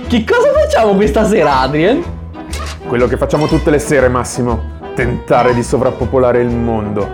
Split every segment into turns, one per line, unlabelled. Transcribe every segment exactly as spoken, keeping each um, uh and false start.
Che cosa facciamo questa sera, Adrien?
Quello che facciamo tutte le sere, Massimo. Tentare di sovrappopolare il mondo.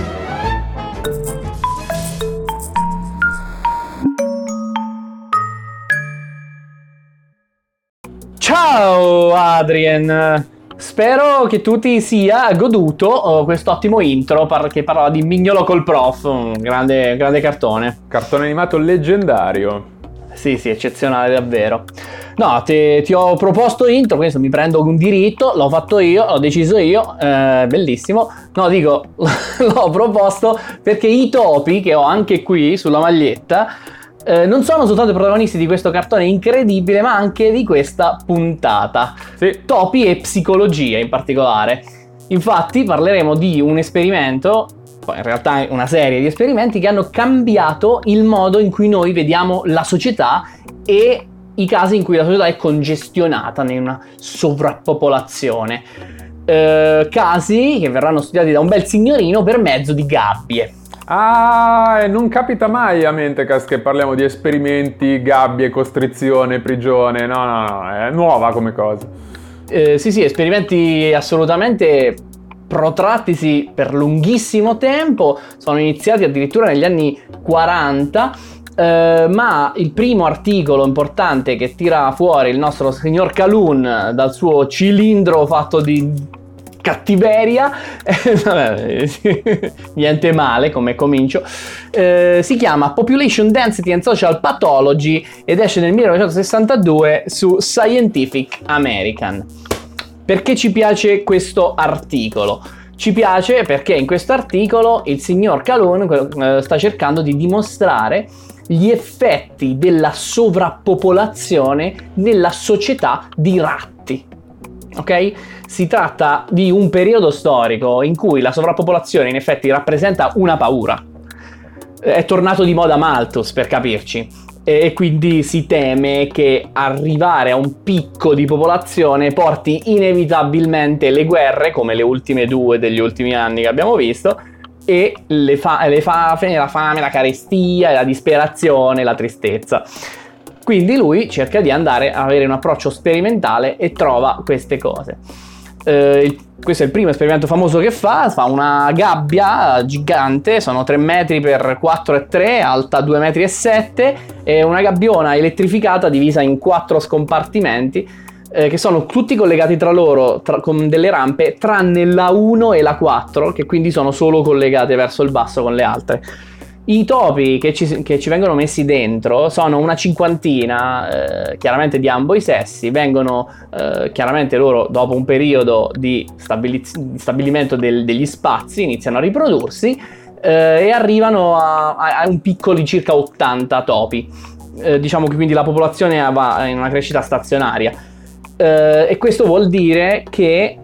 Ciao Adrien, spero che tu ti sia goduto oh, quest'ottimo intro par- che parlava di Mignolo col prof, un grande, grande cartone.
Cartone animato leggendario.
Sì, sì, eccezionale davvero. No, ti, ti ho proposto intro, questo mi prendo un diritto, l'ho fatto io, l'ho deciso io, eh, bellissimo. No, dico, l'ho proposto perché i topi che ho anche qui sulla maglietta eh, non sono soltanto i protagonisti di questo cartone incredibile, ma anche di questa puntata.
Sì.
Topi e psicologia in particolare. Infatti parleremo di un esperimento, in realtà una serie di esperimenti che hanno cambiato il modo in cui noi vediamo la società e i casi in cui la società è congestionata in una sovrappopolazione. Eh, casi che verranno studiati da un bel signorino per mezzo di gabbie.
Ah, e non capita mai a Mentecast che parliamo di esperimenti, gabbie, costrizione, prigione. No, no, no, è nuova come cosa.
Eh, sì, sì, esperimenti assolutamente protrattisi per lunghissimo tempo, sono iniziati addirittura negli anni quaranta, eh, ma il primo articolo importante che tira fuori il nostro signor Calhoun dal suo cilindro fatto di cattiveria, vabbè, niente male come comincio, eh, si chiama Population Density and Social Pathology ed esce nel millenovecentosessantadue su Scientific American. Perché ci piace questo articolo? Ci piace perché in questo articolo il signor Calhoun sta cercando di dimostrare gli effetti della sovrappopolazione nella società di ratti. Ok? Si tratta di un periodo storico in cui la sovrappopolazione in effetti rappresenta una paura. È tornato di moda Malthus, per capirci. E quindi si teme che arrivare a un picco di popolazione porti inevitabilmente le guerre, come le ultime due degli ultimi anni che abbiamo visto, e le, fa- le fame, la fame, la carestia, la disperazione, la tristezza. Quindi lui cerca di andare a avere un approccio sperimentale e trova queste cose. Eh, questo è il primo esperimento famoso che fa, fa una gabbia gigante, sono tre metri per quattro e tre, alta due metri e sette, e una gabbiona elettrificata divisa in quattro scompartimenti eh, che sono tutti collegati tra loro tra, con delle rampe, tranne la uno e la quattro, che quindi sono solo collegate verso il basso con le altre. I topi che ci, che ci vengono messi dentro sono una cinquantina, eh, chiaramente di ambo i sessi, vengono eh, chiaramente loro dopo un periodo di, stabiliz- di stabilimento del, degli spazi, iniziano a riprodursi eh, e arrivano a, a, a un picco di circa ottanta topi. Eh, diciamo che quindi la popolazione va in una crescita stazionaria eh, e questo vuol dire che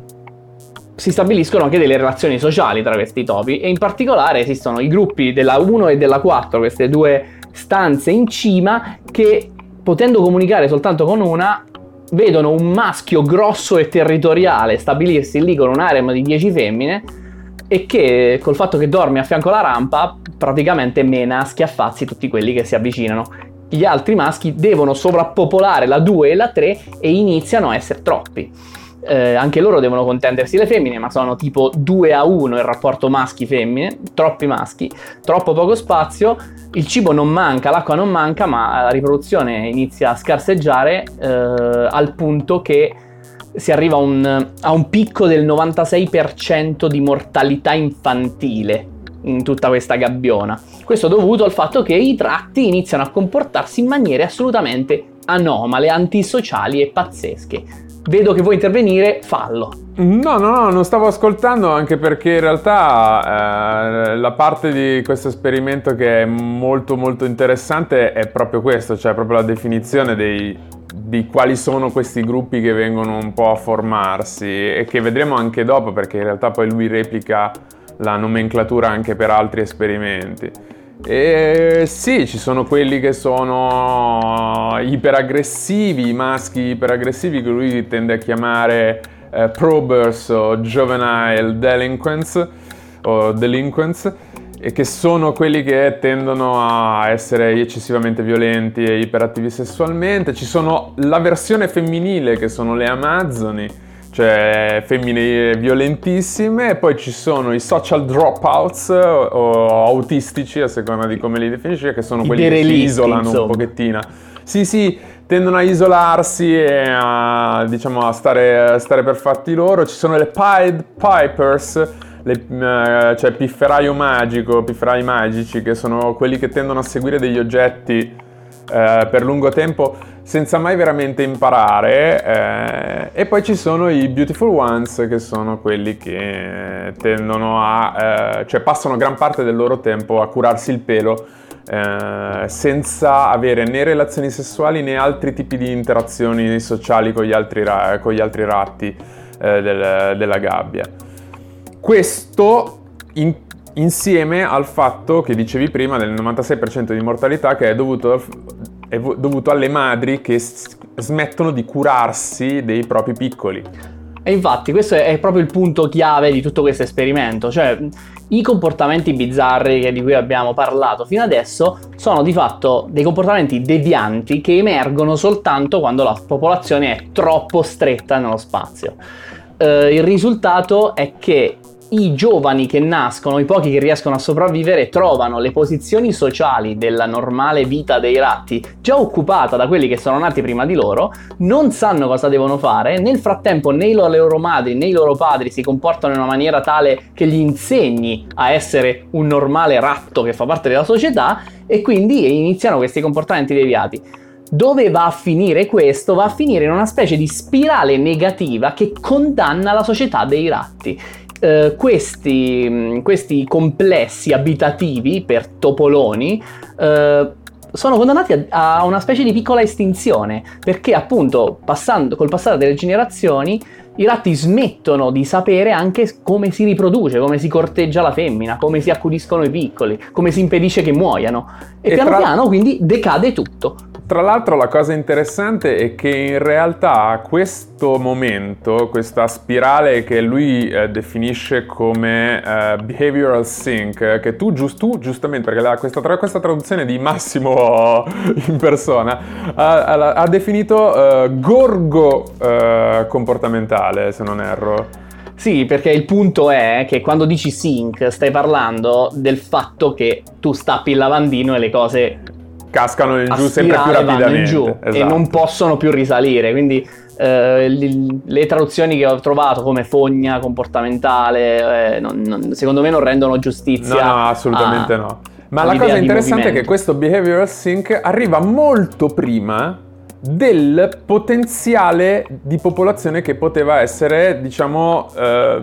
si stabiliscono anche delle relazioni sociali tra questi topi e in particolare esistono i gruppi della uno e della quattro, queste due stanze in cima che, potendo comunicare soltanto con una, vedono un maschio grosso e territoriale stabilirsi lì con un harem di dieci femmine e che col fatto che dorme a fianco alla rampa praticamente mena a schiaffazzi tutti quelli che si avvicinano. Gli altri maschi devono sovrappopolare la due e la tre e iniziano a essere troppi. Eh, anche loro devono contendersi le femmine, ma sono tipo due a uno il rapporto maschi-femmine, troppi maschi, troppo poco spazio, il cibo non manca, l'acqua non manca, ma la riproduzione inizia a scarseggiare eh, al punto che si arriva a un, a un picco del novantasei per cento di mortalità infantile in tutta questa gabbiona. Questo dovuto al fatto che i tratti iniziano a comportarsi in maniere assolutamente anomale, antisociali e pazzesche. Vedo che vuoi intervenire, fallo.
No, no, no, non stavo ascoltando, anche perché in realtà eh, la parte di questo esperimento che è molto molto interessante è proprio questo, cioè proprio la definizione dei, di quali sono questi gruppi che vengono un po' a formarsi e che vedremo anche dopo, perché in realtà poi lui replica la nomenclatura anche per altri esperimenti. E sì, ci sono quelli che sono iperaggressivi, i maschi iperaggressivi che lui tende a chiamare eh, probers o juvenile delinquents o delinquents, e che sono quelli che tendono a essere eccessivamente violenti e iperattivi sessualmente. Ci sono la versione femminile, che sono le amazzoni, cioè femmine violentissime, e poi ci sono i social dropouts o autistici, a seconda di come li definisci, che sono
I
quelli che si
derelitti,
isolano
insomma.
un pochettino. Sì, sì, tendono a isolarsi e a, diciamo, a stare, a stare per fatti loro. Ci sono le Pied Pipers, le, eh, cioè pifferaio magico, pifferai magici, che sono quelli che tendono a seguire degli oggetti eh, per lungo tempo senza mai veramente imparare. Eh, e poi ci sono i Beautiful Ones, che sono quelli che tendono a, eh, cioè passano gran parte del loro tempo a curarsi il pelo, Eh, senza avere né relazioni sessuali né altri tipi di interazioni sociali con gli altri, ra- con gli altri ratti eh, del- della gabbia. Questo in- insieme al fatto che dicevi prima del novantasei per cento di mortalità, che è dovuto, al- è vo- dovuto alle madri che s- smettono di curarsi dei propri piccoli.
E infatti questo è proprio il punto chiave di tutto questo esperimento, cioè i comportamenti bizzarri che- di cui abbiamo parlato fino adesso sono di fatto dei comportamenti devianti che emergono soltanto quando la popolazione è troppo stretta nello spazio. Eh, il risultato è che i giovani che nascono, i pochi che riescono a sopravvivere, trovano le posizioni sociali della normale vita dei ratti già occupata da quelli che sono nati prima di loro, non sanno cosa devono fare, nel frattempo né le loro madri né i loro padri si comportano in una maniera tale che gli insegni a essere un normale ratto che fa parte della società, e quindi iniziano questi comportamenti deviati. Dove va a finire questo? Va a finire in una specie di spirale negativa che condanna la società dei ratti. Uh, questi, questi complessi abitativi per topoloni uh, sono condannati a, a una specie di piccola estinzione, perché appunto passando, col passare delle generazioni i ratti smettono di sapere anche come si riproduce, come si corteggia la femmina, come si accudiscono i piccoli, come si impedisce che muoiano, e, e piano tra... piano quindi decade tutto.
Tra l'altro la cosa interessante è che in realtà questo momento, questa spirale che lui eh, definisce come eh, behavioral sync, che tu, giust, tu giustamente, perché la, questa, questa traduzione di Massimo in persona, ha, ha, ha definito eh, gorgo eh, comportamentale, se non erro.
Sì, perché il punto è che quando dici sync stai parlando del fatto che tu stappi il lavandino e le cose
cascano in giù sempre più rapidamente,
vanno in giù,
esatto.
E non possono più risalire, quindi eh, li, le traduzioni che ho trovato come fogna comportamentale eh, non, non, secondo me non rendono giustizia.
No, no, assolutamente a, no. Ma la cosa interessante è che questo behavioral sync arriva molto prima del potenziale di popolazione che poteva essere, diciamo, eh,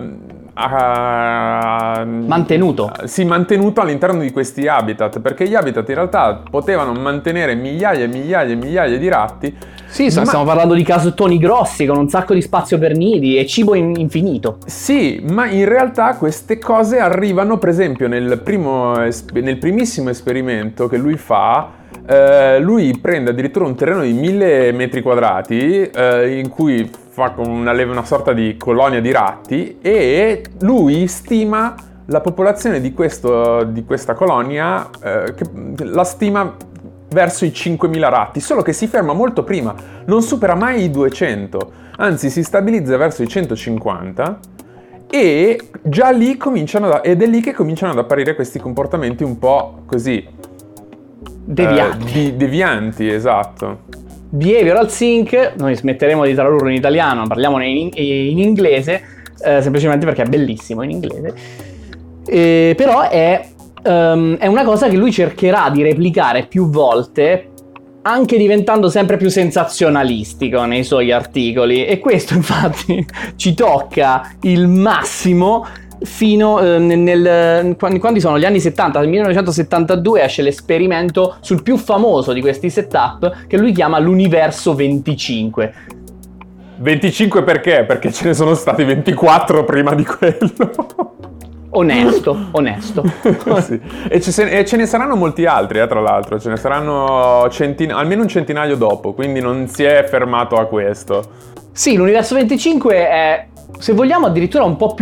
uh,
mantenuto.
Sì, mantenuto all'interno di questi habitat, perché gli habitat in realtà potevano mantenere migliaia e migliaia e migliaia di ratti.
Sì, ma... stiamo parlando di casottoni grossi con un sacco di spazio per nidi e cibo in- infinito.
Sì, ma in realtà queste cose arrivano, per esempio, nel, primo, nel primissimo esperimento che lui fa. Uh, lui prende addirittura un terreno di mille metri quadrati uh, in cui fa una, una sorta di colonia di ratti, e lui stima la popolazione di, questo, di questa colonia, uh, che la stima verso i cinquemila ratti, solo che si ferma molto prima, non supera mai i duecento, anzi si stabilizza verso i centocinquanta, e già lì cominciano ad, ed è lì che cominciano ad apparire questi comportamenti un po' così
devianti.
Uh, di, devianti, esatto.
Behavioral sync, noi smetteremo di tradurlo in italiano, parliamone in, in inglese, eh, semplicemente perché è bellissimo in inglese. Eh, però è, um, è una cosa che lui cercherà di replicare più volte, anche diventando sempre più sensazionalistico nei suoi articoli, e questo infatti ci tocca il massimo fino eh, nel, nel quando sono gli anni settanta, nel millenovecentosettantadue esce l'esperimento sul più famoso di questi setup, che lui chiama l'universo venticinque.
venticinque perché? Perché ce ne sono stati ventiquattro prima di quello.
Onesto, onesto.
Sì. E, ce, e ce ne saranno molti altri, eh, tra l'altro, ce ne saranno centina- almeno un centinaio dopo, quindi non si è fermato a questo.
Sì, l'universo venticinque è, se vogliamo, addirittura un po' più piccolo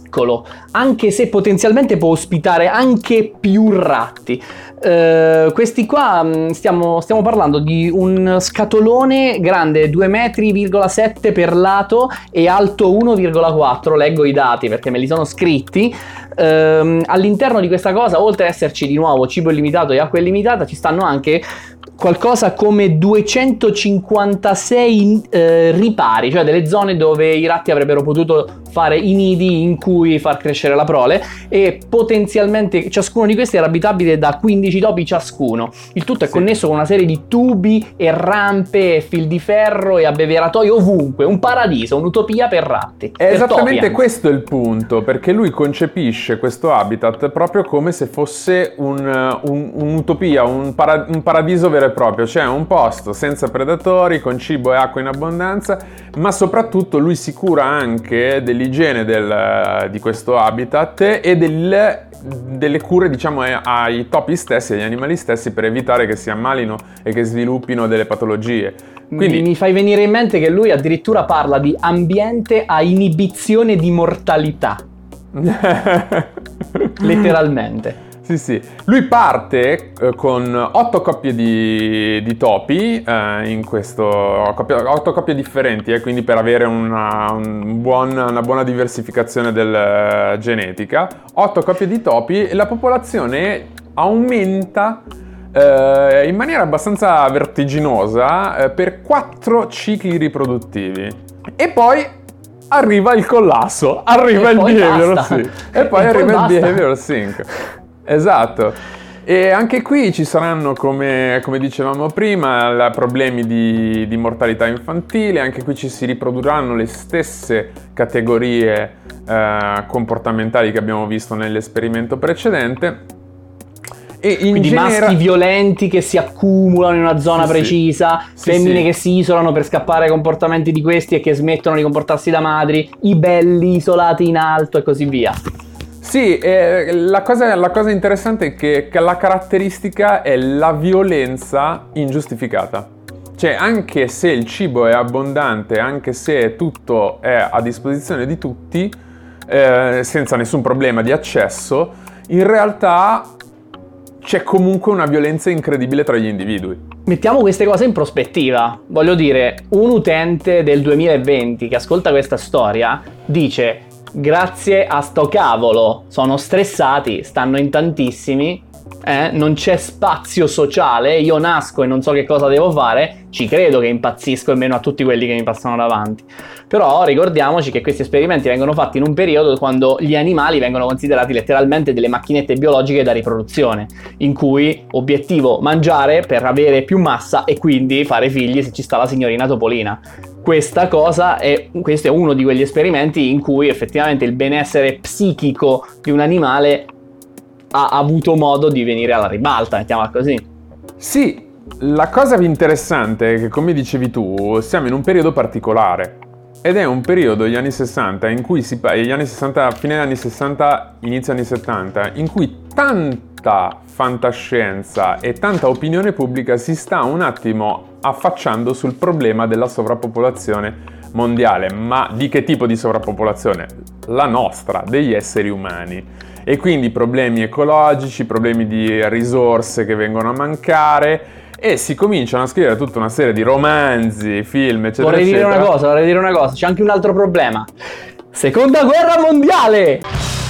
piccolo, anche se potenzialmente può ospitare anche più ratti. Uh, questi qua stiamo, stiamo parlando di un scatolone grande due virgola sette metri per lato e alto uno virgola quattro, leggo i dati perché me li sono scritti. Uh, all'interno di questa cosa, oltre ad esserci di nuovo cibo illimitato e acqua illimitata, ci stanno anche qualcosa come duecentocinquantasei eh, ripari, cioè delle zone dove i ratti avrebbero potuto fare i nidi in cui far crescere la prole, e potenzialmente ciascuno di questi era abitabile da quindici topi ciascuno. Il tutto è
sì.
connesso con una serie di tubi e rampe e fil di ferro e abbeveratoi ovunque, un paradiso, un'utopia per ratti.
È
per
esattamente
topi,
questo il punto, perché lui concepisce questo habitat proprio come se fosse un, un, un'utopia, un, para, un paradiso vero e proprio, cioè un posto senza predatori, con cibo e acqua in abbondanza, ma soprattutto lui si cura anche dell'igiene del, di questo habitat e del, delle cure, diciamo, ai topi stessi, agli animali stessi, per evitare che si ammalino e che sviluppino delle patologie. Quindi
mi fai venire in mente che lui addirittura parla di ambiente a inibizione di mortalità. Letteralmente.
Sì, sì. Lui parte eh, con otto coppie di, di topi, eh, in questo, otto coppie differenti, eh, quindi per avere una, un buon, una buona diversificazione del, uh, genetica. Otto coppie di topi e la popolazione aumenta eh, in maniera abbastanza vertiginosa eh, per quattro cicli riproduttivi. E poi arriva il collasso, arriva
E
il
poi
behavioral
basta.
sync. E poi
E poi
arriva il
basta.
behavioral sync. Esatto. E anche qui ci saranno, come, come dicevamo prima, problemi di, di mortalità infantile. Anche qui ci si riprodurranno le stesse categorie eh, comportamentali che abbiamo visto nell'esperimento precedente. E in
Quindi
genera...
maschi violenti che si accumulano in una zona
Sì,
precisa,
sì.
femmine
sì,
che si isolano per scappare ai comportamenti di questi e che smettono di comportarsi da madri, i belli isolati in alto e così via.
Sì, eh, la, cosa, la cosa interessante è che, che la caratteristica è la violenza ingiustificata. Cioè, anche se il cibo è abbondante, anche se tutto è a disposizione di tutti, eh, senza nessun problema di accesso, in realtà c'è comunque una violenza incredibile tra gli individui.
Mettiamo queste cose in prospettiva. Voglio dire, un utente del duemilaventi che ascolta questa storia dice: grazie a sto cavolo, sono stressati, stanno in tantissimi, eh, non c'è spazio sociale, io nasco e non so che cosa devo fare, ci credo che impazzisco almeno a tutti quelli che mi passano davanti. Però ricordiamoci che questi esperimenti vengono fatti in un periodo quando gli animali vengono considerati letteralmente delle macchinette biologiche da riproduzione, in cui obiettivo mangiare per avere più massa e quindi fare figli se ci sta la signorina Topolina. Questa cosa è, questo è uno di quegli esperimenti in cui effettivamente il benessere psichico di un animale ha avuto modo di venire alla ribalta, mettiamola così.
Sì, la cosa interessante è che, come dicevi tu, siamo in un periodo particolare. Ed è un periodo, gli anni sessanta, in cui si gli anni sessanta, fine anni sessanta, inizio anni settanta, in cui tanta fantascienza e tanta opinione pubblica si sta un attimo affacciando sul problema della sovrappopolazione mondiale. Ma di che tipo di sovrappopolazione? La nostra, degli esseri umani. E quindi problemi ecologici, problemi di risorse che vengono a mancare, e si cominciano a scrivere tutta una serie di romanzi, film, eccetera,
Vorrei dire
eccetera.
una cosa, vorrei dire una cosa, c'è anche un altro problema. Seconda guerra mondiale!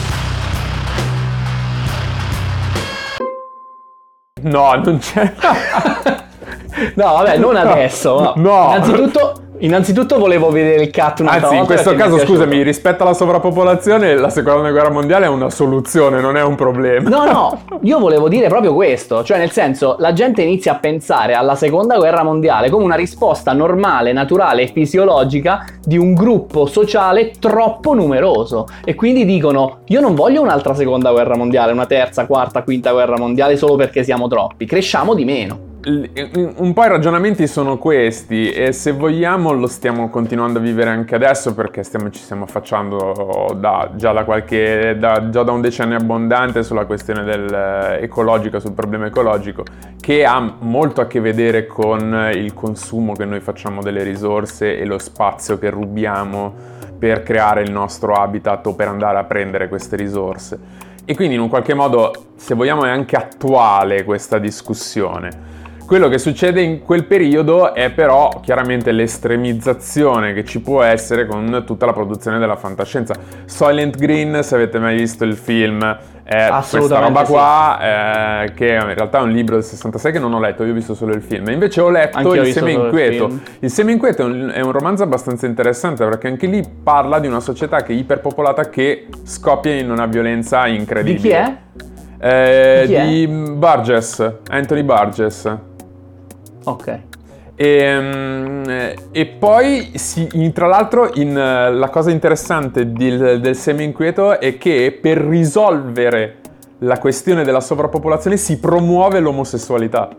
No, non c'è.
No, vabbè, non adesso.
No.
Innanzitutto, innanzitutto volevo vedere il cat un'altra
Anzi, in
volta.
questo
perché mi è
caso,
piaciuto.
scusami, rispetto alla sovrappopolazione, la seconda guerra mondiale è una soluzione, non è un problema.
No, no, io volevo dire proprio questo, cioè nel senso, la gente inizia a pensare alla seconda guerra mondiale come una risposta normale, naturale e fisiologica di un gruppo sociale troppo numeroso, e quindi dicono: io non voglio un'altra seconda guerra mondiale, una terza, quarta, quinta guerra mondiale solo perché siamo troppi, cresciamo di meno.
Un po' i ragionamenti sono questi, e se vogliamo lo stiamo continuando a vivere anche adesso, perché stiamo, ci stiamo affacciando da, già, da qualche, da, già da un decennio abbondante sulla questione del, ecologica, sul problema ecologico, che ha molto a che vedere con il consumo che noi facciamo delle risorse e lo spazio che rubiamo per creare il nostro habitat o per andare a prendere queste risorse. E quindi in un qualche modo, se vogliamo, è anche attuale questa discussione. Quello che succede in quel periodo è però chiaramente l'estremizzazione che ci può essere con tutta la produzione della fantascienza. Soylent Green, se avete mai visto il film, è questa roba qua, sì. eh, che in realtà è un libro del sessantasei che non ho letto, io ho visto solo il film. Invece ho letto Anch'io Il seme inquieto. Il, il seme inquieto è un, è un romanzo abbastanza interessante, perché anche lì parla di una società che è iperpopolata, che scoppia in una violenza incredibile.
Di chi è?
Eh, di, chi è? di Burgess, Anthony Burgess.
Ok.
E, e poi, si, in, tra l'altro, in, la cosa interessante del, del seme inquieto è che per risolvere la questione della sovrappopolazione si promuove l'omosessualità.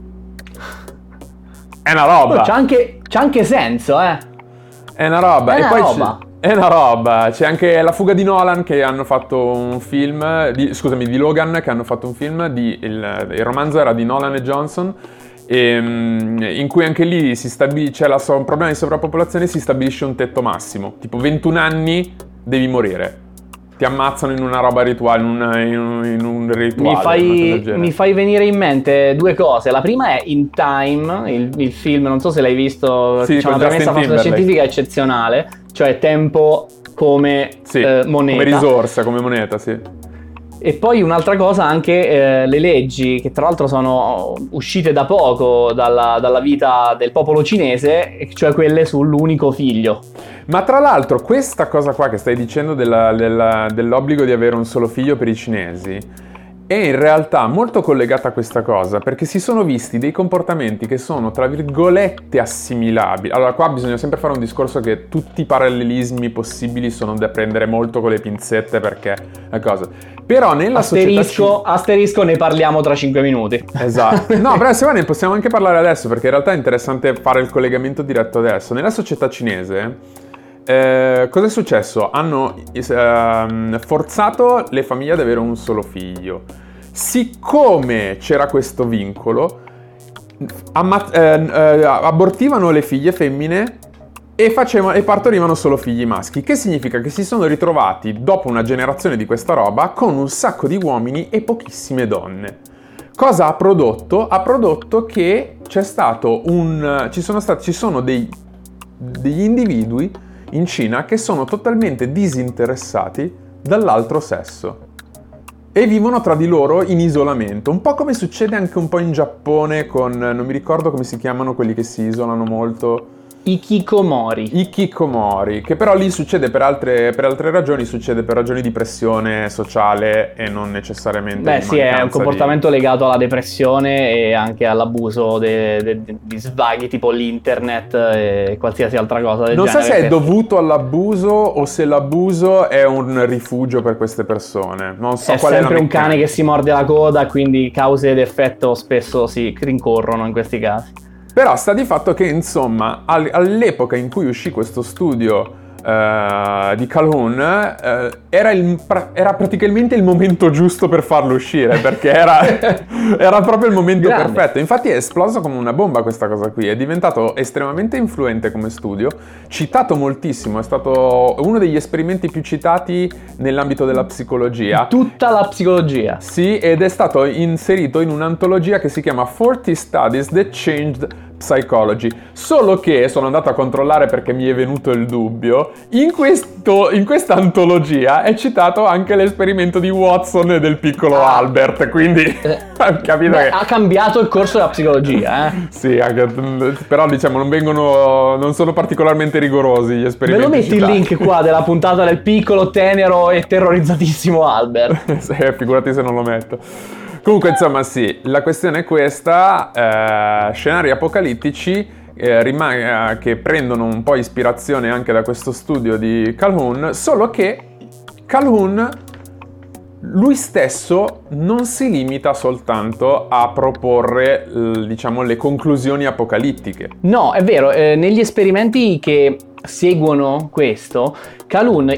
È una roba.
Oh, c'ha, anche, c'ha anche senso, eh.
È una roba.
È
e
una
poi
roba.
C'è, è una roba. C'è anche La fuga di Nolan, che hanno fatto un film, di, scusami, di Logan, che hanno fatto un film, di, il, il romanzo era di Nolan e Johnson, e, in cui anche lì si stabilisce, c'è la so, un problema di sovrappopolazione, si stabilisce un tetto massimo, tipo ventuno anni devi morire, ti ammazzano in una roba rituale, in, una, in, un, in un rituale.
Mi fai, mi fai venire in mente due cose. La prima è In Time, il, il film, non so se l'hai visto,
sì,
c'è una premessa fantascientifica eccezionale, cioè tempo come
sì,
eh, moneta.
Come risorsa, come moneta, sì.
E poi un'altra cosa, anche eh, le leggi, che tra l'altro sono uscite da poco dalla, dalla vita del popolo cinese, cioè quelle sull'unico figlio.
Ma tra l'altro questa cosa qua che stai dicendo della, della, dell'obbligo di avere un solo figlio per i cinesi è in realtà molto collegata a questa cosa, perché si sono visti dei comportamenti che sono, tra virgolette, assimilabili. Allora, qua bisogna sempre fare un discorso che tutti i parallelismi possibili sono da prendere molto con le pinzette, perché è cosa. Però nella
asterisco,
società...
Asterisco, ne parliamo tra cinque minuti.
Esatto. No, però se va ne possiamo anche parlare adesso, perché in realtà è interessante fare il collegamento diretto adesso. Nella società cinese... Eh, cosa è successo? Hanno eh, forzato le famiglie ad avere un solo figlio. Siccome c'era questo vincolo, amma- eh, eh, abortivano le figlie femmine e, facevano, e partorivano solo figli maschi. Che significa che si sono ritrovati, dopo una generazione di questa roba, con un sacco di uomini e pochissime donne. Cosa ha prodotto? Ha prodotto che c'è stato un... ci sono stati, ci sono dei, degli individui in Cina che sono totalmente disinteressati dall'altro sesso e vivono tra di loro in isolamento, un po' come succede anche un po' in Giappone con, non mi ricordo come si chiamano quelli che si isolano molto,
Ikikomori.
Ikikomori, che però lì succede per altre, per altre ragioni, succede per ragioni di pressione sociale e non necessariamente
Beh
di
sì, è un comportamento
di...
legato alla depressione e anche all'abuso de, de, de, di svaghi tipo l'internet e qualsiasi altra cosa del
non
genere.
Non so se è dovuto all'abuso o se l'abuso è un rifugio per queste persone. Non so
è
qual
sempre
è la
un cane che si morde la coda, quindi cause ed effetto spesso si rincorrono in questi casi.
Però sta di fatto che, insomma, all'epoca in cui uscì questo studio uh, di Calhoun, uh, era, il, era praticamente il momento giusto per farlo uscire, perché era, era proprio il momento Grande. perfetto. Infatti è esploso come una bomba questa cosa qui, è diventato estremamente influente come studio, citato moltissimo, è stato uno degli esperimenti più citati nell'ambito della psicologia.
Tutta la psicologia.
Sì, ed è stato inserito in un'antologia che si chiama forty Studies That Changed Psychology. Solo che sono andato a controllare perché mi è venuto il dubbio, in, questo, in questa antologia è citato anche l'esperimento di Watson e del piccolo ah. Albert, quindi
eh,
capito
beh,
che...
ha cambiato il corso della psicologia, eh?
Sì, anche, però diciamo non vengono, non sono particolarmente rigorosi gli esperimenti.
Me lo metti
citati.
Il link qua della puntata del piccolo, tenero e terrorizzatissimo Albert?
Sì, figurati se non lo metto. Comunque, insomma, sì, la questione è questa, eh, scenari apocalittici eh, rim- eh, che prendono un po' ispirazione anche da questo studio di Calhoun, solo che Calhoun, lui stesso, non si limita soltanto a proporre, l- diciamo, le conclusioni apocalittiche.
No, è vero, eh, negli esperimenti che seguono questo, Calhoun,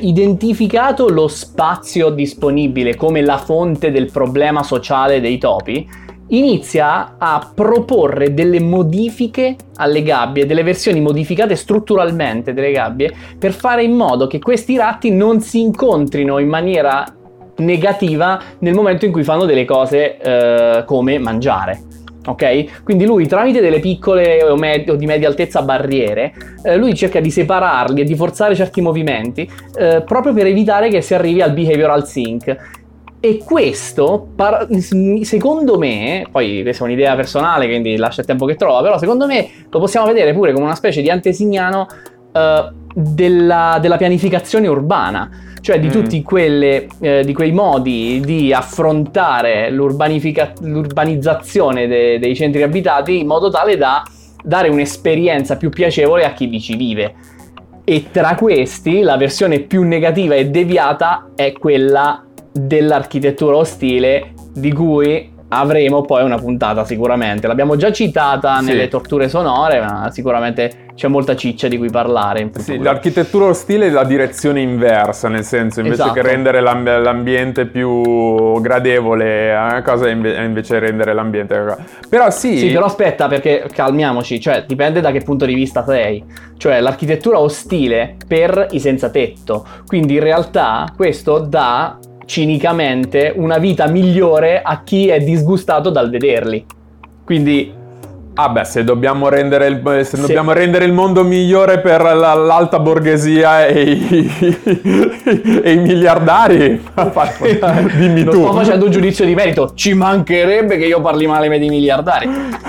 identificato lo spazio disponibile come la fonte del problema sociale dei topi, inizia a proporre delle modifiche alle gabbie, delle versioni modificate strutturalmente delle gabbie, per fare in modo che questi ratti non si incontrino in maniera negativa nel momento in cui fanno delle cose eh, come mangiare. Ok? Quindi lui, tramite delle piccole o, med- o di media altezza barriere, eh, lui cerca di separarli e di forzare certi movimenti eh, proprio per evitare che si arrivi al behavioral sync. E questo, par- secondo me, poi questa è un'idea personale, quindi lascia il tempo che trova, però secondo me lo possiamo vedere pure come una specie di antesignano eh, della, della pianificazione urbana, cioè di mm. tutti quelle, eh, di quei modi di affrontare l'urbanizzazione de- dei centri abitati in modo tale da dare un'esperienza più piacevole a chi vi ci vive. E tra questi la versione più negativa e deviata è quella dell'architettura ostile, di cui avremo poi una puntata sicuramente. L'abbiamo già citata sì. nelle torture sonore, ma sicuramente c'è molta ciccia di cui parlare in futuro.
Sì, l'architettura ostile è la direzione inversa, nel senso invece esatto. che rendere l'amb- l'ambiente più gradevole a cosa invece rendere l'ambiente. Però sì.
Sì, però aspetta, perché calmiamoci, cioè dipende da che punto di vista sei. Cioè l'architettura ostile per i senza tetto. Quindi in realtà questo dà cinicamente una vita migliore a chi è disgustato dal vederli. Quindi
ah beh, se dobbiamo rendere il, se sì. dobbiamo rendere il mondo migliore per la, l'alta borghesia e i, e i miliardari, dimmi
non
tu.
sto facendo un giudizio di merito, ci mancherebbe che io parli male dei miliardari.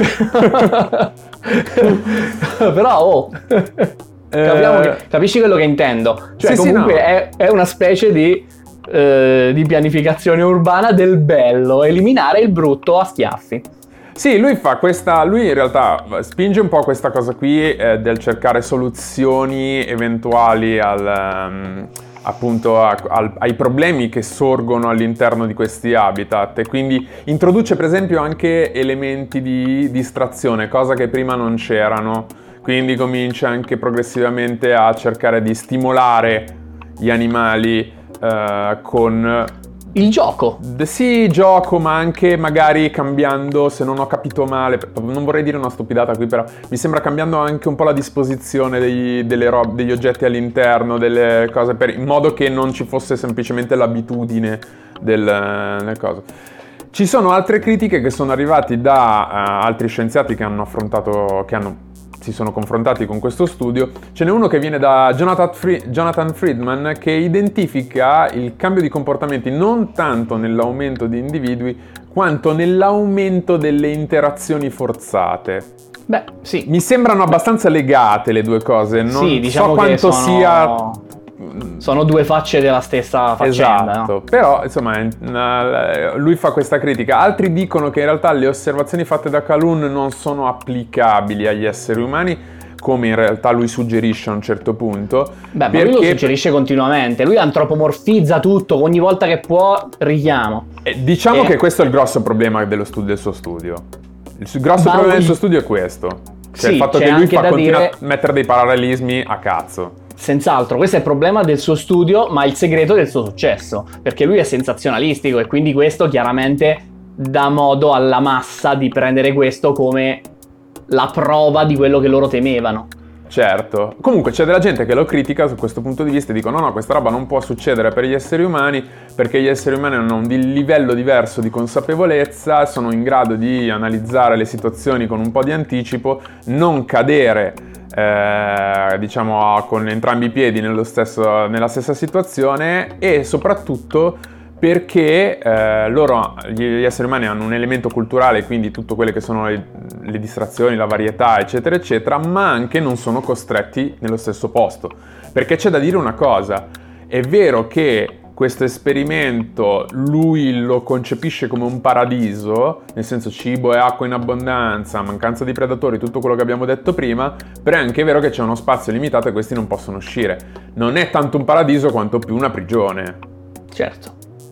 Però oh, capiamo che, capisci quello che intendo? Cioè sì, comunque sì, no. è, è una specie di eh, di pianificazione urbana del bello, eliminare il brutto a schiaffi.
Sì, lui fa questa, lui in realtà spinge un po' questa cosa qui eh, del cercare soluzioni eventuali al, um, appunto a, al, ai problemi che sorgono all'interno di questi habitat, e quindi introduce per esempio anche elementi di distrazione, cosa che prima non c'erano, quindi comincia anche progressivamente a cercare di stimolare gli animali uh, con
il gioco.
Sì, gioco, ma anche magari cambiando, se non ho capito male, non vorrei dire una stupidata qui, però mi sembra cambiando anche un po' la disposizione degli, delle rob- degli oggetti all'interno, delle cose, per, in modo che non ci fosse semplicemente l'abitudine del, del coso. Ci sono altre critiche che sono arrivate da uh, altri scienziati che hanno affrontato, che hanno si sono confrontati con questo studio. Ce n'è uno che viene da Jonathan, Fri- Jonathan Friedman, che identifica il cambio di comportamenti non tanto nell'aumento di individui quanto nell'aumento delle interazioni forzate.
Beh, sì.
Mi sembrano abbastanza legate le due cose, non
sì, diciamo
so quanto
sono...
sia...
sono due facce della stessa faccenda.
Esatto,
no?
Però insomma lui fa questa critica. Altri dicono che in realtà le osservazioni fatte da Calhoun non sono applicabili agli esseri umani, come in realtà lui suggerisce a un certo punto.
Beh,
perché...
ma lui lo suggerisce continuamente, lui antropomorfizza tutto, ogni volta che può richiamo.
E diciamo e... che questo è il grosso problema dello studio, del suo studio. Il grosso ma problema lui... del suo studio è questo. Cioè sì, il fatto che lui fa, continua dire... a mettere dei parallelismi a cazzo.
Senz'altro, questo è il problema del suo studio, ma il segreto del suo successo, perché lui è sensazionalistico e quindi questo chiaramente dà modo alla massa di prendere questo come la prova di quello che loro temevano.
Certo, comunque c'è della gente che lo critica su questo punto di vista e dicono no no, questa roba non può succedere per gli esseri umani perché gli esseri umani hanno un livello diverso di consapevolezza, sono in grado di analizzare le situazioni con un po' di anticipo, non cadere Eh, diciamo con entrambi i piedi nello stesso, nella stessa situazione, e soprattutto perché eh, loro, gli esseri umani hanno un elemento culturale, quindi tutto quelle che sono le, le distrazioni, la varietà eccetera eccetera, ma anche non sono costretti nello stesso posto, perché c'è da dire una cosa, è vero che questo esperimento lui lo concepisce come un paradiso, nel senso cibo e acqua in abbondanza, mancanza di predatori, tutto quello che abbiamo detto prima, però è anche vero che c'è uno spazio limitato e questi non possono uscire. Non è tanto un paradiso quanto più una prigione.
Certo.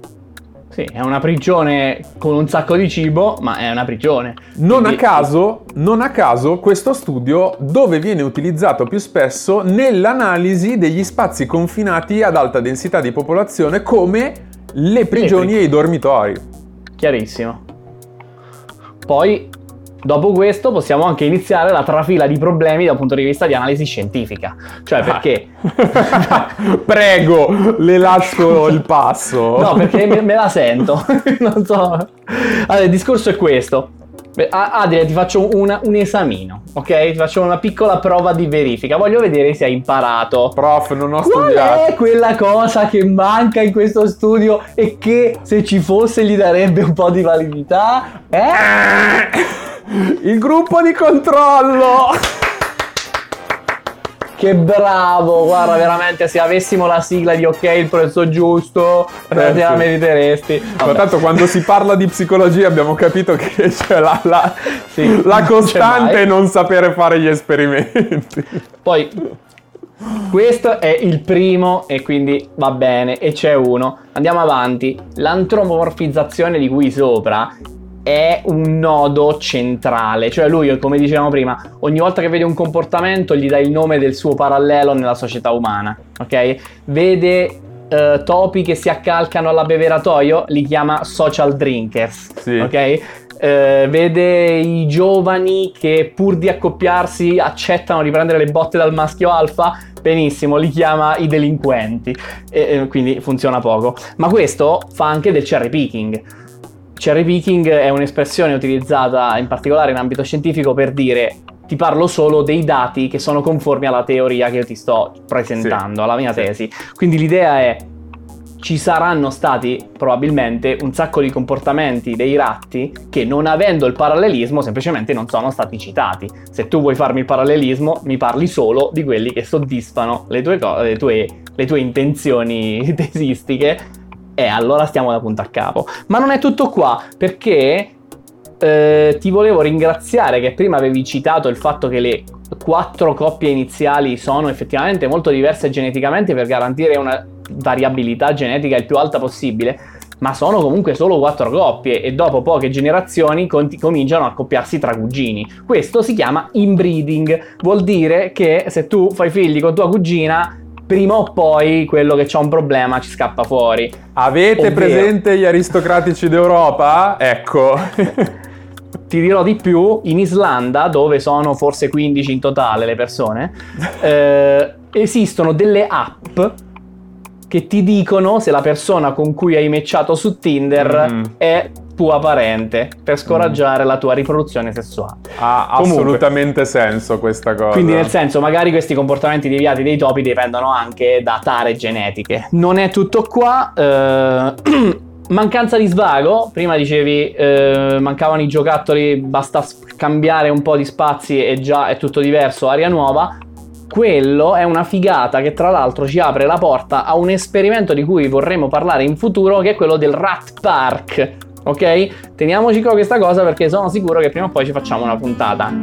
Sì, è una prigione con un sacco di cibo, ma è una prigione.
Non Quindi... a caso, non a caso questo studio dove viene utilizzato più spesso nell'analisi degli spazi confinati ad alta densità di popolazione come le prigioni e i dormitori.
Chiarissimo. Poi, dopo questo, possiamo anche iniziare la trafila di problemi dal punto di vista di analisi scientifica. Cioè, perché?
Prego, le lascio il passo.
No, perché me, me la sento. Non so. Allora, il discorso è questo. Adria, ti faccio una, un esamino, ok? Ti faccio una piccola prova di verifica. Voglio vedere se hai imparato.
Prof, non ho
Qual
studiato.
Qual è quella cosa che manca in questo studio e che, se ci fosse, gli darebbe un po' di validità? Eh?
Il gruppo di controllo!
Che bravo, guarda, veramente, se avessimo la sigla di ok, il prezzo giusto, eh, te la meriteresti.
Ma tanto quando si parla di psicologia abbiamo capito che c'è la, la, sì, la costante è non sapere fare gli esperimenti.
Poi, questo è il primo e quindi va bene, e c'è uno. Andiamo avanti. L'antropomorfizzazione di cui sopra è un nodo centrale, cioè lui, come dicevamo prima, ogni volta che vede un comportamento gli dà il nome del suo parallelo nella società umana, ok? Vede uh, topi che si accalcano all'abbeveratoio, li chiama social drinkers, sì. Ok? Uh, vede i giovani che pur di accoppiarsi accettano di prendere le botte dal maschio alfa, benissimo, li chiama i delinquenti, e, e quindi funziona poco. Ma questo fa anche del cherry picking. Cherry picking è un'espressione utilizzata in particolare in ambito scientifico per dire ti parlo solo dei dati che sono conformi alla teoria che io ti sto presentando, sì, alla mia tesi. Quindi l'idea è ci saranno stati probabilmente un sacco di comportamenti dei ratti che, non avendo il parallelismo, semplicemente non sono stati citati. Se tu vuoi farmi il parallelismo, mi parli solo di quelli che soddisfano le tue, co- le tue, le tue intenzioni tesistiche. E allora stiamo da punto a capo. Ma non è tutto qua, perché eh, ti volevo ringraziare che prima avevi citato il fatto che le quattro coppie iniziali sono effettivamente molto diverse geneticamente per garantire una variabilità genetica il più alta possibile, ma sono comunque solo quattro coppie e dopo poche generazioni conti- cominciano a accoppiarsi tra cugini. Questo si chiama inbreeding, vuol dire che se tu fai figli con tua cugina, prima o poi quello che c'ha un problema ci scappa fuori.
Avete Ovvero, presente gli aristocratici d'Europa? Ecco.
Ti dirò di più, in Islanda, dove sono forse quindici in totale le persone, eh, esistono delle app che ti dicono se la persona con cui hai matchato su Tinder mm. è tua parente, per scoraggiare mm. la tua riproduzione sessuale.
Ha Comunque, assolutamente senso questa cosa.
Quindi nel senso, magari questi comportamenti deviati dei topi dipendono anche da tare genetiche. Non è tutto qua. Eh, mancanza di svago, prima dicevi eh, mancavano i giocattoli, basta cambiare un po' di spazi e già è tutto diverso, aria nuova. Quello è una figata che tra l'altro ci apre la porta a un esperimento di cui vorremmo parlare in futuro, che è quello del Rat Park. Ok? Teniamoci con questa cosa perché sono sicuro che prima o poi ci facciamo una puntata.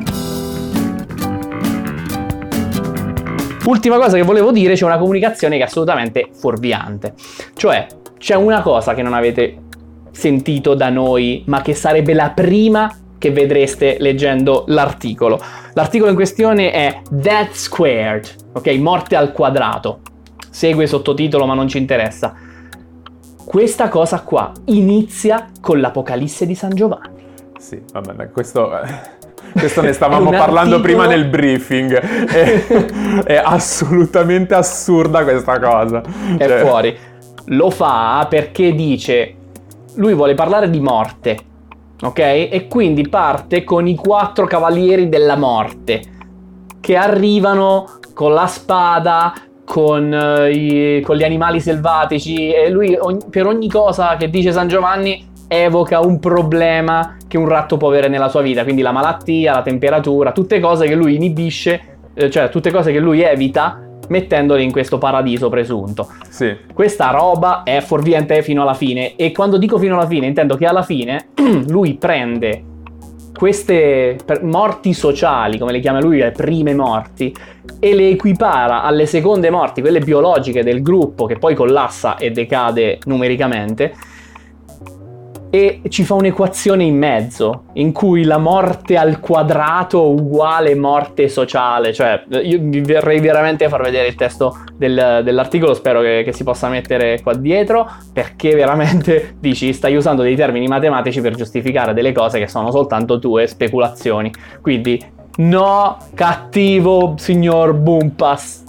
Ultima cosa che volevo dire, c'è una comunicazione che è assolutamente fuorviante. Cioè, c'è una cosa che non avete sentito da noi, ma che sarebbe la prima che vedreste leggendo l'articolo. L'articolo in questione è Death Squared, ok? Morte al quadrato. Segue sottotitolo, ma non ci interessa. Questa cosa qua inizia con l'Apocalisse di San Giovanni.
Sì, vabbè, questo, questo ne stavamo parlando articolo... prima nel briefing. È, è assolutamente assurda questa cosa.
È cioè... fuori. Lo fa perché dice, lui vuole parlare di morte, ok? E quindi parte con i quattro cavalieri della morte che arrivano con la spada, con, uh, i, con gli animali selvatici, e lui ogni, per ogni cosa che dice San Giovanni evoca un problema che un ratto può avere nella sua vita, quindi la malattia, la temperatura, tutte cose che lui inibisce, eh, cioè tutte cose che lui evita mettendoli in questo paradiso presunto.
Sì.
Questa roba è fuorviante fino alla fine, e quando dico fino alla fine intendo che alla fine lui prende queste morti sociali, come le chiama lui, le prime morti, e le equipara alle seconde morti, quelle biologiche del gruppo che poi collassa e decade numericamente, e ci fa un'equazione in mezzo in cui la morte al quadrato uguale morte sociale. Cioè io vi verrei veramente a far vedere il testo del, dell'articolo, spero che, che si possa mettere qua dietro, perché veramente dici stai usando dei termini matematici per giustificare delle cose che sono soltanto tue speculazioni. Quindi no, cattivo signor Boompas.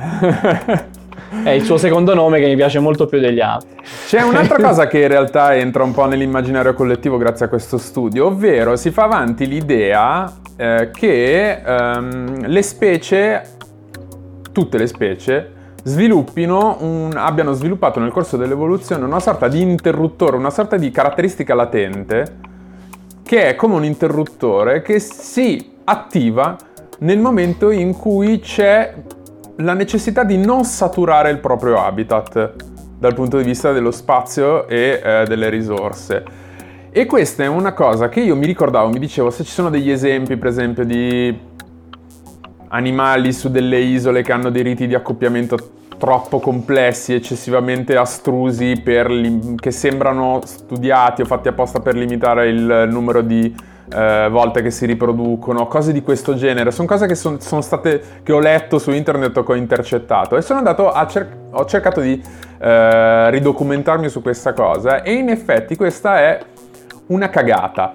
È il suo secondo nome che mi piace molto più degli altri.
C'è un'altra cosa che in realtà entra un po' nell'immaginario collettivo grazie a questo studio, ovvero si fa avanti l'idea eh, che ehm, le specie, tutte le specie, sviluppino un, abbiano sviluppato nel corso dell'evoluzione una sorta di interruttore, una sorta di caratteristica latente che è come un interruttore che si attiva nel momento in cui c'è la necessità di non saturare il proprio habitat dal punto di vista dello spazio e eh, delle risorse. E questa è una cosa che io mi ricordavo, mi dicevo, se ci sono degli esempi per esempio di animali su delle isole che hanno dei riti di accoppiamento troppo complessi, eccessivamente astrusi, per lim- che sembrano studiati o fatti apposta per limitare il numero di eh, volte che si riproducono, cose di questo genere, sono cose che son, sono state, che ho letto su internet o che ho intercettato, e sono andato a cer- ho cercato di eh, ridocumentarmi su questa cosa, e in effetti questa è una cagata.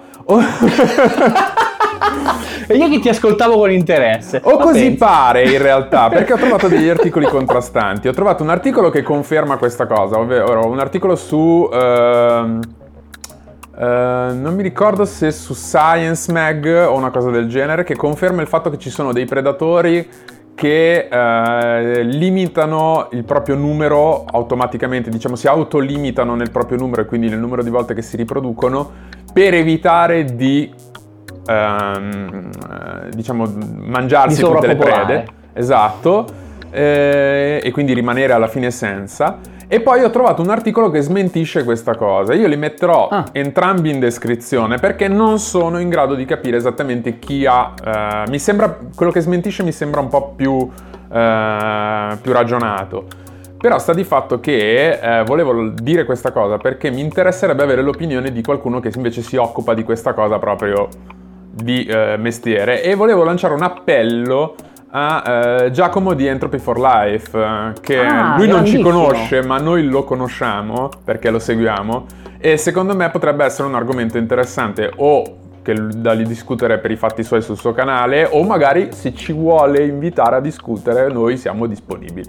E io che ti ascoltavo con interesse.
O così pensi. Pare in realtà, perché ho trovato degli articoli contrastanti. Ho trovato un articolo che conferma questa cosa, ovvero un articolo su uh, uh, non mi ricordo se su Science Mag o una cosa del genere, che conferma il fatto che ci sono dei predatori che uh, limitano il proprio numero automaticamente, diciamo si autolimitano nel proprio numero e quindi nel numero di volte che si riproducono, per evitare di Ehm, diciamo mangiarsi tutte le prede, esatto, eh, e quindi rimanere alla fine senza. E poi ho trovato un articolo che smentisce questa cosa. Io li metterò ah. entrambi in descrizione perché non sono in grado di capire esattamente chi ha eh, mi sembra, quello che smentisce mi sembra un po' più eh, più ragionato. Però sta di fatto che eh, volevo dire questa cosa perché mi interesserebbe avere l'opinione di qualcuno che invece si occupa di questa cosa proprio di eh, mestiere, e volevo lanciare un appello a eh, Giacomo di Entropy for Life, eh, che
ah,
lui non ci
grandissimo.
conosce ma noi lo conosciamo perché lo seguiamo, e secondo me potrebbe essere un argomento interessante o che da discutere per i fatti suoi sul suo canale, o magari se ci vuole invitare a discutere noi siamo disponibili.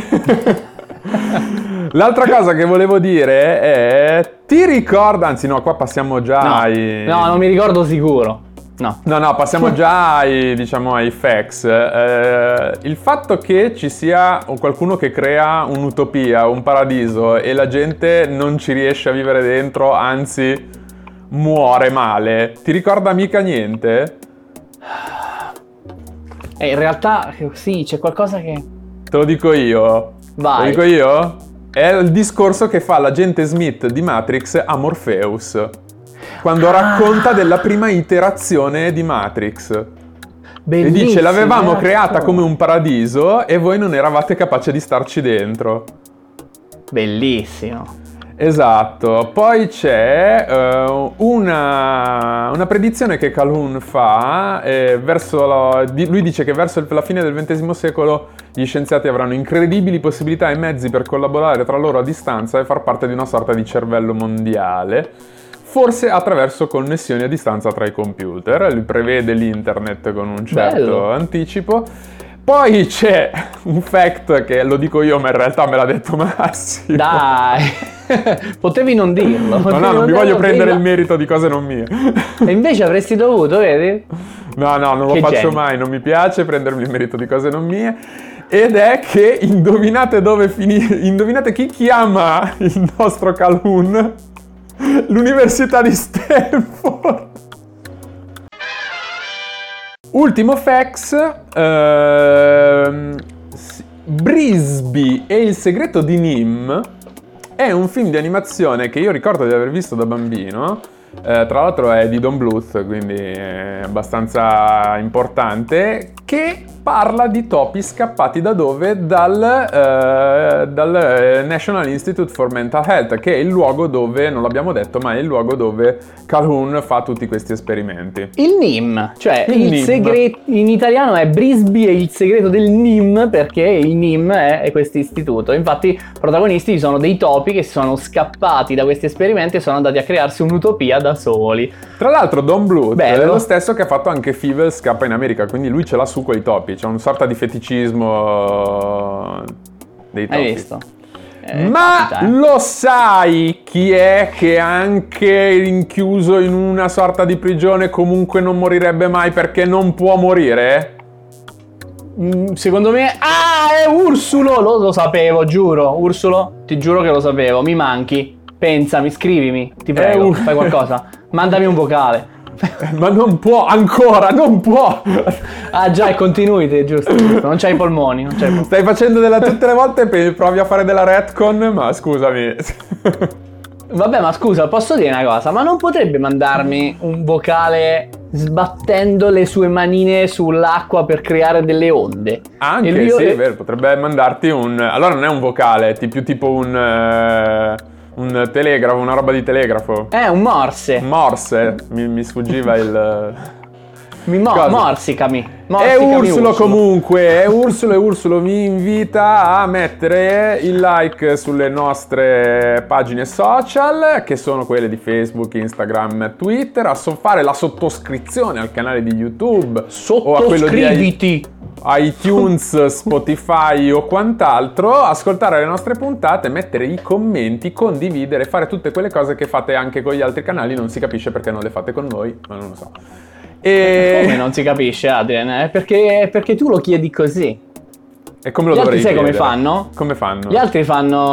L'altra cosa che volevo dire è, ti ricorda, anzi no, qua passiamo già
no,
ai...
No, non mi ricordo sicuro. No.
No, no, passiamo già ai, diciamo, ai facts. Eh, il fatto che ci sia qualcuno che crea un'utopia, un paradiso, e la gente non ci riesce a vivere dentro, anzi muore male, ti ricorda mica niente?
Eh, in realtà sì, c'è qualcosa che...
Te lo dico io.
Vai.
Te lo dico io? È il discorso che fa l'agente Smith di Matrix a Morpheus, quando ah. racconta della prima iterazione di Matrix. Bellissimo, e dice, l'avevamo creata come un paradiso e voi non eravate capaci di starci dentro.
Bellissimo.
Esatto. Poi c'è uh, una, una predizione che Calhoun fa, eh, verso la, di, lui dice che verso la fine del ventesimo secolo gli scienziati avranno incredibili possibilità e mezzi per collaborare tra loro a distanza e far parte di una sorta di cervello mondiale, forse attraverso connessioni a distanza tra i computer. Lui prevede l'internet con un certo Bello. anticipo. Poi c'è un fact che lo dico io, ma in realtà me l'ha detto Massimo.
Dai, potevi non dirlo.
No, no, non mi voglio prendere il merito di cose non mie.
E invece avresti dovuto, vedi?
No, no, non lo
Che
faccio
genio.
mai, non mi piace prendermi il merito di cose non mie. Ed è che indovinate dove finisce, indovinate chi chiama il nostro Calhoun? L'Università di Stanford. Ultimo fax, ehm, Brisby e il segreto di Nim è un film di animazione che io ricordo di aver visto da bambino, eh, tra l'altro è di Don Bluth, quindi è abbastanza importante, che che parla di topi scappati da dove? Dal, eh, dal National Institute for Mental Health, che è il luogo dove, non l'abbiamo detto, ma è il luogo dove Calhoun fa tutti questi esperimenti.
Il N I M, cioè
Il
il
N I M.
segreto, in italiano è Brisby e il segreto del N I M, perché il N I M è, è questo istituto. Infatti i protagonisti sono dei topi che sono scappati da questi esperimenti e sono andati a crearsi un'utopia da soli.
Tra l'altro Don Bluth
Bello.
è lo stesso che ha fatto anche Fievel Scappa in America, quindi lui ce l'ha su quei topi. C'è una sorta di feticismo dei topi.
Hai visto? Eh,
Ma
capita, eh.
lo sai chi è che anche rinchiuso in una sorta di prigione comunque non morirebbe mai perché non può morire?
Mm, secondo me... Ah, è Ursulo! Lo, lo sapevo, giuro. Ursulo, ti giuro che lo sapevo. Mi manchi. Pensami, scrivimi. Ti prego,
Ur-
fai qualcosa. Mandami un vocale.
Ma non può, ancora, non può!
Ah già, è continuity, giusto, giusto. Non c'hai i polmoni, non c'hai i polmoni.
Stai facendo della tutte le volte per- provi a fare della retcon, ma scusami.
Vabbè, ma scusa, posso dire una cosa? Ma non potrebbe mandarmi un vocale sbattendo le sue manine sull'acqua per creare delle onde?
Anche,
E lui-
sì, è vero, potrebbe mandarti un... Allora non è un vocale, è più tipo un... eh, un telegrafo, una roba di telegrafo.
È un morse.
Morse, mi, mi sfuggiva il...
Mi mo-
Cosa?
morsicami.
È
Morsicami,
Ursulo comunque, è Ursulo e Ursulo mi invita a mettere il like sulle nostre pagine social, che sono quelle di Facebook, Instagram, Twitter, a so- fare la sottoscrizione al canale di YouTube o a quello di
Sottoscriviti.
iTunes, Spotify o quant'altro, ascoltare le nostre puntate, mettere i commenti, condividere, fare tutte quelle cose che fate anche con gli altri canali, non si capisce perché non le fate con noi, ma non lo so.
Come
E,
non si capisce, Adrian? È perché, perché tu lo chiedi così.
e come lo
Gli altri
dovrei
sai come
chiedere?
fanno?
Come fanno?
Gli altri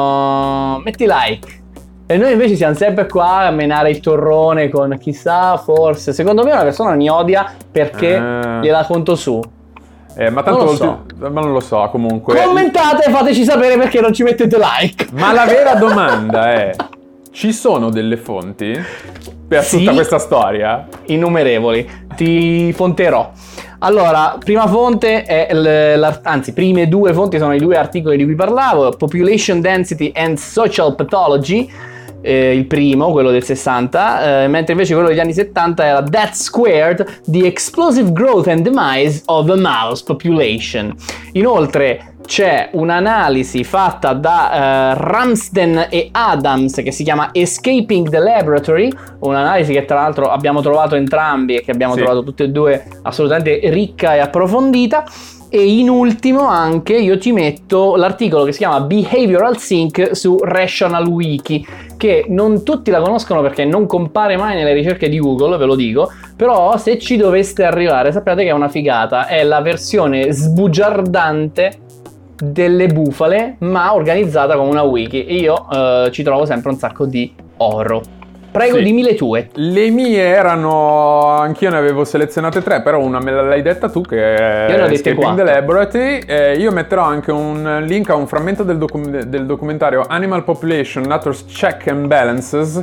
fanno metti like. E noi invece siamo sempre qua a menare il torrone con chissà, forse. Secondo me una persona mi odia perché
Ah.
gliela conto su.
Eh, ma tanto
Non lo
l'ulti- ma non lo so comunque.
Commentate e fateci sapere perché non ci mettete like.
Ma la vera domanda è: ci sono delle fonti per
Sì.
tutta questa storia?
Innumerevoli. Ti fonterò. Allora, prima fonte è l- l'art- anzi, prime due fonti sono i due articoli di cui parlavo: Population Density and Social Pathology. Eh, il primo, quello del sessanta, eh, mentre invece quello degli anni settanta era That Squared, The Explosive Growth and Demise of a Mouse Population. Inoltre c'è un'analisi fatta da eh, Ramsden e Adams che si chiama Escaping the Laboratory, un'analisi che tra l'altro abbiamo trovato entrambi e che abbiamo
Sì.
trovato tutte e due assolutamente ricca e approfondita. E in ultimo anche io ti metto l'articolo che si chiama Behavioral Sync su Rational Wiki, che non tutti la conoscono perché non compare mai nelle ricerche di Google, ve lo dico, però se ci doveste arrivare sappiate che è una figata, è la versione sbugiardante delle bufale ma organizzata come una wiki e io eh, ci trovo sempre un sacco di oro. Prego,
Sì.
dimmi le tue.
Le mie erano, anch'io ne avevo selezionate tre, però una me l'hai detta tu che
Io ne
è
ho dette
Escaping
quattro.
the Laboratory. Eh, io metterò anche un link a un frammento del, docu- del documentario Animal Population, Nature's Check and Balances,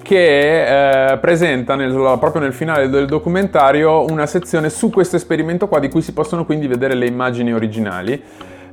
che eh, presenta nel- proprio nel finale del documentario una sezione su questo esperimento qua, di cui si possono quindi vedere le immagini originali.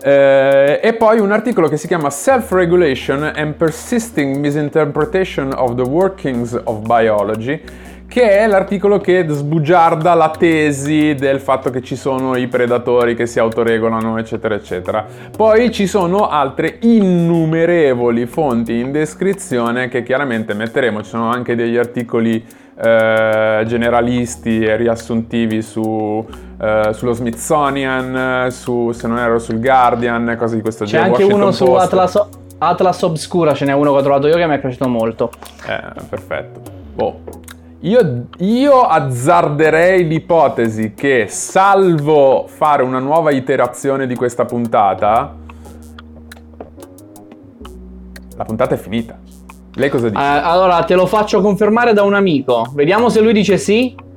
Eh, e poi un articolo che si chiama Self-Regulation and Persisting Misinterpretation of the Workings of Biology, che è l'articolo che sbugiarda la tesi del fatto che ci sono i predatori che si autoregolano, eccetera, eccetera. Poi ci sono altre innumerevoli fonti in descrizione che chiaramente metteremo, ci sono anche degli articoli eh, generalisti e riassuntivi su, eh, sullo Smithsonian, su, se non erro sul Guardian, cose di questo
C'è
genere.
anche
Washington
uno su
Post.
Atlas, Atlas Obscura, ce n'è uno che ho trovato io che mi è piaciuto molto.
Eh, perfetto. Boh. Io, io azzarderei l'ipotesi che, salvo fare una nuova iterazione di questa puntata, la puntata è finita. Lei cosa
Eh,
dice?
allora te lo faccio confermare da un amico, vediamo se lui dice sì.